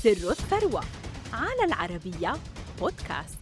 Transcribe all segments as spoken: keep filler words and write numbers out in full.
سر الثروة على العربية بودكاست.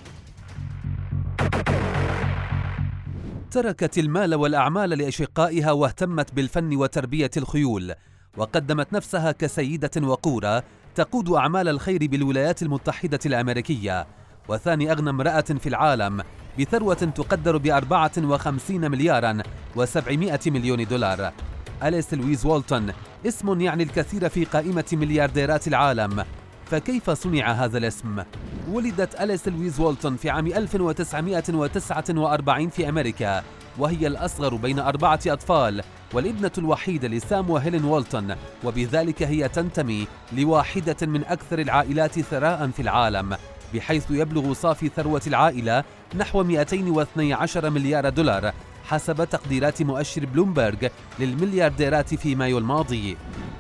تركت المال والأعمال لأشقائها واهتمت بالفن وتربية الخيول، وقدمت نفسها كسيدة وقورة تقود أعمال الخير بالولايات المتحدة الأمريكية، وثاني أغنى امرأة في العالم بثروة تقدر بأربعة وخمسين ملياراً وسبعمائة مليون دولار. أليس لويز وولتون اسم يعني الكثير في قائمة مليارديرات العالم، فكيف صنع هذا الاسم؟ ولدت أليس لويز وولتون في عام ألف وتسعمائة وتسعة وأربعين في أمريكا، وهي الأصغر بين أربعة أطفال والابنة الوحيدة لسام وهيلين وولتون، وبذلك هي تنتمي لواحدة من أكثر العائلات ثراء في العالم، بحيث يبلغ صافي ثروة العائلة نحو مئتين واثني عشر مليار دولار حسب تقديرات مؤشر بلومبرغ للمليارديرات في مايو الماضي.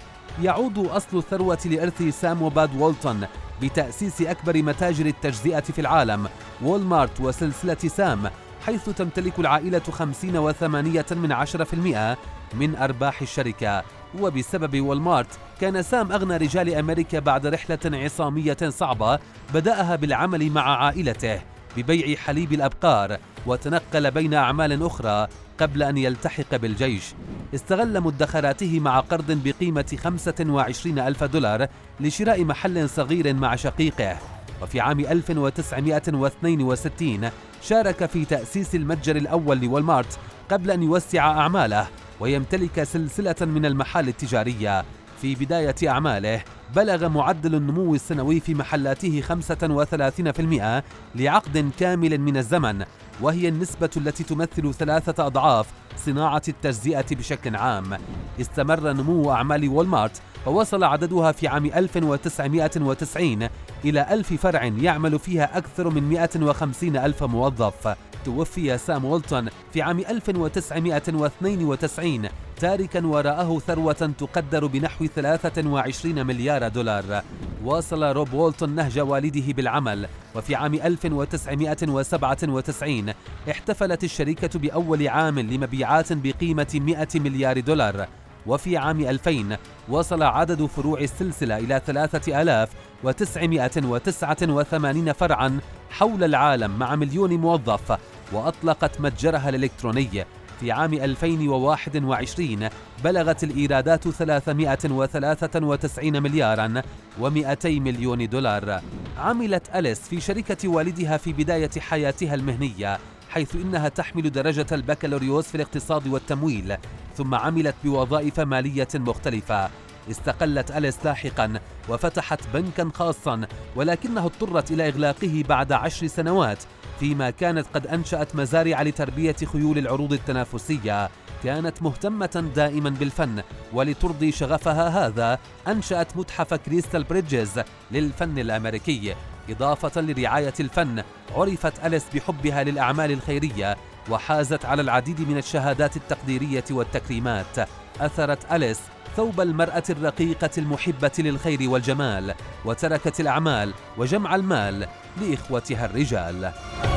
يعود أصل الثروة لإرث سام وباد وولتون بتأسيس أكبر متاجر التجزئة في العالم وولمارت وسلسلة سام، حيث تمتلك العائلة خمسين وثمانية من عشرة في المئة من أرباح الشركة. وبسبب وولمارت كان سام أغنى رجال أمريكا بعد رحلة عصامية صعبة بدأها بالعمل مع عائلته ببيع حليب الأبقار، وتنقل بين أعمال أخرى قبل أن يلتحق بالجيش. استغل مدخراته مع قرض بقيمة خمسة وعشرين ألف دولار لشراء محل صغير مع شقيقه، وفي عام ألف وتسعمائة واثنين وستين شارك في تأسيس المتجر الأول لوالمارت قبل أن يوسع أعماله ويمتلك سلسلة من المحال التجارية. في بداية أعماله بلغ معدل النمو السنوي في محلاته خمسة وثلاثين بالمئة لعقد كامل من الزمن، وهي النسبة التي تمثل ثلاثة أضعاف صناعة التجزئة بشكل عام. استمر نمو أعمال وولمارت ووصل عددها في عام ألف وتسعمائة وتسعين إلى ألف فرع يعمل فيها أكثر من مئة وخمسين ألف موظف. توفي سام وولتون في عام ألف وتسعمائة واثنين وتسعين تاركا وراءه ثروة تقدر بنحو ثلاثة وعشرين مليار دولار. واصل روب وولتون نهج والده بالعمل، وفي عام ألف وتسعمائة وسبعة وتسعين احتفلت الشركة بأول عام لمبيعات بقيمة مئة مليار دولار، وفي عام ألفين وصل عدد فروع السلسلة إلى ثلاثة آلاف وتسعمائة وتسعة وثمانين فرعا حول العالم مع مليون موظف. وأطلقت متجرها الإلكتروني. في عام ألفين وواحد وعشرين بلغت الإيرادات ثلاثمائة وثلاثة وتسعين ملياراً ومئتي مليون دولار. عملت أليس في شركة والدها في بداية حياتها المهنية، حيث إنها تحمل درجة البكالوريوس في الاقتصاد والتمويل، ثم عملت بوظائف مالية مختلفة. استقلت أليس لاحقاً وفتحت بنكاً خاصاً، ولكنها اضطرت إلى إغلاقه بعد عشر سنوات، فيما كانت قد أنشأت مزارع لتربية خيول العروض التنافسية. كانت مهتمة دائما بالفن، ولترضي شغفها هذا أنشأت متحف كريستال بريدجز للفن الأمريكي. إضافة لرعاية الفن، عرفت أليس بحبها للأعمال الخيرية، وحازت على العديد من الشهادات التقديرية والتكريمات. أثرت أليس ثوب المرأة الرقيقة المحبة للخير والجمال، وتركت الأعمال وجمع المال لإخوتها الرجال.